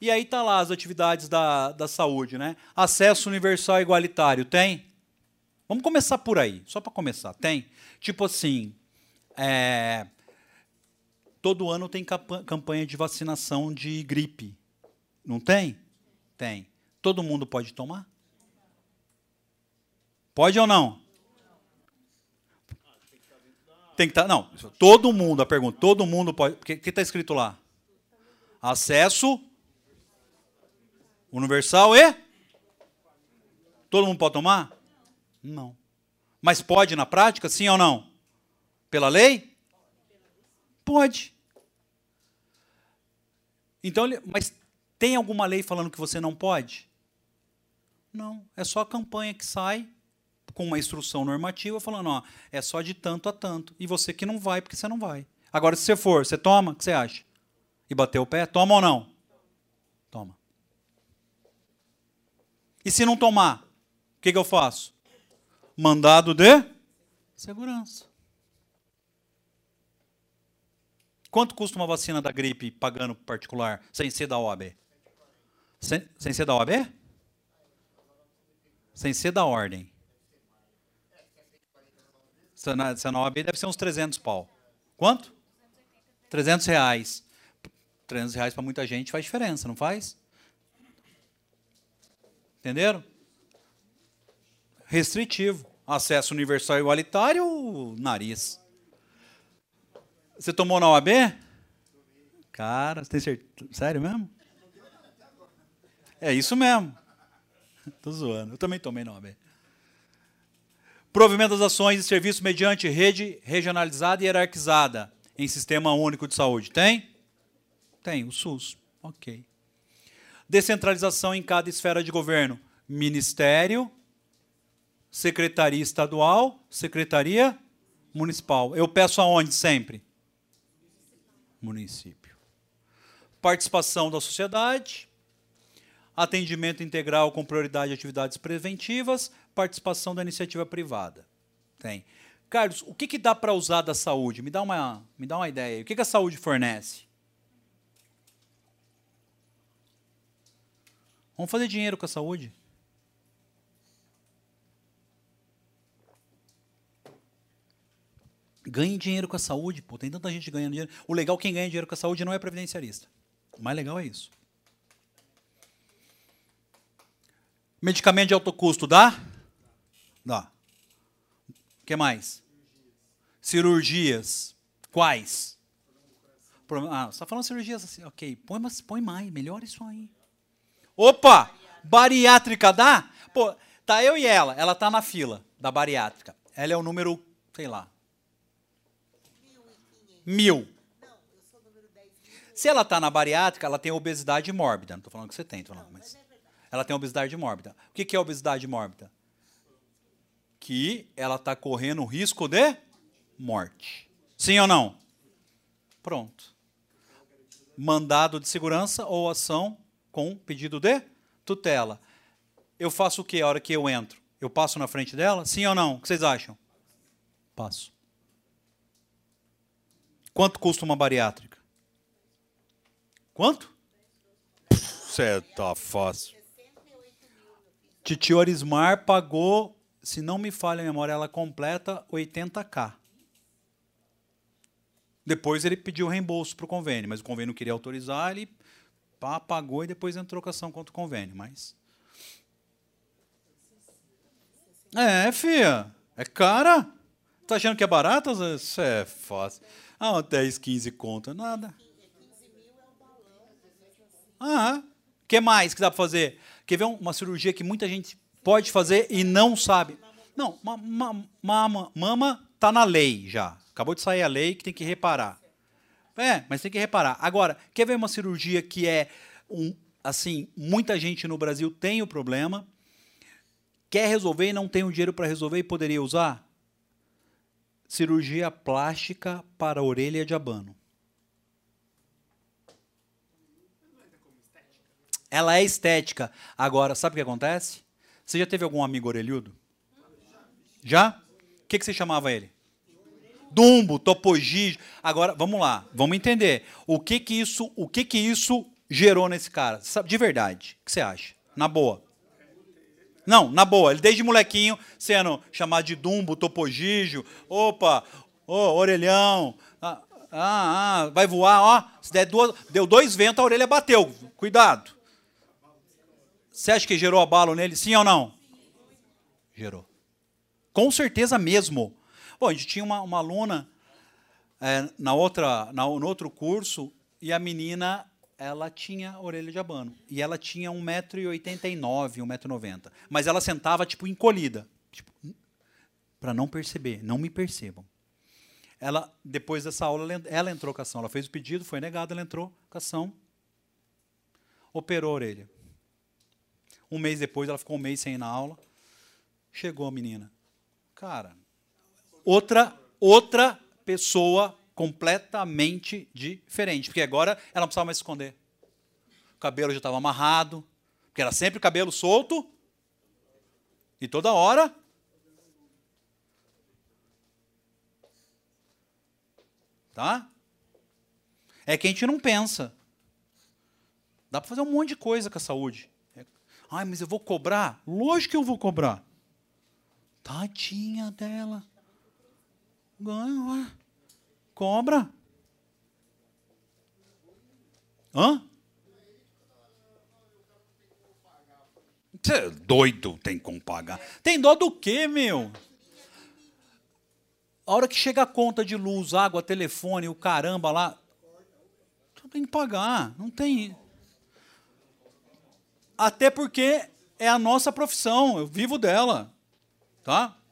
E aí tá lá as atividades da saúde, né? Acesso universal e igualitário, tem? Vamos começar por aí, só para começar. Tem? Tipo assim, todo ano tem campanha de vacinação de gripe. Não tem? Tem. Todo mundo pode tomar? Pode ou não? Tem que estar. Não, todo mundo, a pergunta, todo mundo pode. O que está escrito lá? Acesso universal e? Todo mundo pode tomar? Não. Mas pode na prática, sim ou não? Pela lei? Pode. Então, mas tem alguma lei falando que você não pode? Não. É só a campanha que sai com uma instrução normativa falando, ó, é só de tanto a tanto. E você que não vai, porque você não vai. Agora, se você for, você toma? O que você acha? E bater o pé? Toma ou não? Toma. E se não tomar, o que eu faço? Mandado de segurança. Quanto custa uma vacina da gripe pagando particular, sem ser da OAB? Sem ser da OAB? Sem ser da ordem. Se é na OAB deve ser uns 300 pau. Quanto? 300 reais. 300 reais para muita gente faz diferença, não faz? Entenderam? Restritivo. Acesso universal e igualitário, nariz. Você tomou na OAB? Cara, você tem certeza? Sério mesmo? É isso mesmo. Estou zoando. Eu também tomei na OAB. Provimento das ações e serviços mediante rede regionalizada e hierarquizada em Sistema Único de Saúde. Tem? Tem, o SUS. Ok. Descentralização em cada esfera de governo. Ministério, Secretaria Estadual, Secretaria Municipal. Eu peço aonde sempre? Município. Participação da sociedade, atendimento integral com prioridade de atividades preventivas, participação da iniciativa privada. Tem. Carlos, o que dá para usar da saúde? Me dá uma ideia. O que a saúde fornece? Vamos fazer dinheiro com a saúde? Ganhe dinheiro com a saúde, pô. Tem tanta gente ganhando dinheiro. O legal, quem ganha dinheiro com a saúde não é previdenciarista. O mais legal é isso. Medicamento de alto custo dá? Dá. O que mais? Cirurgias. Quais? Você está falando cirurgias assim, ok. Põe mais, melhora isso aí. Opa! Bariátrica dá? Pô, tá eu e ela. Ela tá na fila da bariátrica. Ela é o número, sei lá. 1000. Se ela está na bariátrica, ela tem obesidade mórbida. Não estou falando que você tem, estou falando, mas ela tem obesidade mórbida. O que é obesidade mórbida? Que ela está correndo risco de morte. Sim ou não? Pronto. Mandado de segurança ou ação com pedido de tutela. Eu faço o quê a hora que eu entro? Eu passo na frente dela? Sim ou não? O que vocês acham? Passo. Quanto custa uma bariátrica? Quanto? Você tá fácil. Titio Arismar pagou, se não me falha a memória, ela completa 80k. Depois ele pediu reembolso para o convênio, mas o convênio não queria autorizar, ele pagou e depois entrou com ação contra o convênio. Mas... filha, é cara. Tá achando que é barato? Isso é fácil. 10, 15 conto, nada. O que mais que dá para fazer? Quer ver uma cirurgia que muita gente pode fazer e não sabe? Não, mama está na lei já. Acabou de sair a lei que tem que reparar. Mas tem que reparar. Agora, quer ver uma cirurgia que é, assim, muita gente no Brasil tem o problema, quer resolver e não tem o dinheiro para resolver e poderia usar? Cirurgia plástica para a orelha de abano. Ela é estética. Agora, sabe o que acontece? Você já teve algum amigo orelhudo? Já? O que você chamava ele? Dumbo, Topogi. Agora, vamos lá, vamos entender. O que isso gerou nesse cara? Sabe, de verdade, o que você acha? Na boa. Não, na boa. Ele desde molequinho sendo chamado de Dumbo, Topogígio, opa, orelhão, vai voar, ó. Se der deu 2 ventos, a orelha bateu. Cuidado. Você acha que gerou abalo nele? Sim ou não? Gerou. Com certeza mesmo. Bom, a gente tinha uma aluna no outro curso, e a menina, ela tinha orelha de abano. E ela tinha 1,89 m, 1,90 m. Mas ela sentava, tipo, encolhida. Tipo, para não perceber, não me percebam. Ela, depois dessa aula, ela entrou com a ação. Ela fez o pedido, foi negada, ela entrou com a ação. Operou a orelha. 1 mês depois, ela ficou 1 mês sem ir na aula. Chegou a menina. Cara, outra pessoa completamente diferente. Porque agora ela não precisava mais se esconder. O cabelo já estava amarrado. Porque era sempre cabelo solto. E toda hora. Tá? É que a gente não pensa. Dá para fazer um monte de coisa com a saúde. Ai, mas eu vou cobrar? Lógico que eu vou cobrar. Tadinha dela. Ganha, cobra. Hã? Você é doido, tem como pagar. Tem dó do quê, meu? A hora que chega a conta de luz, água, telefone, o caramba lá, tu tem que pagar. Não tem. Até porque é a nossa profissão, eu vivo dela. Tá?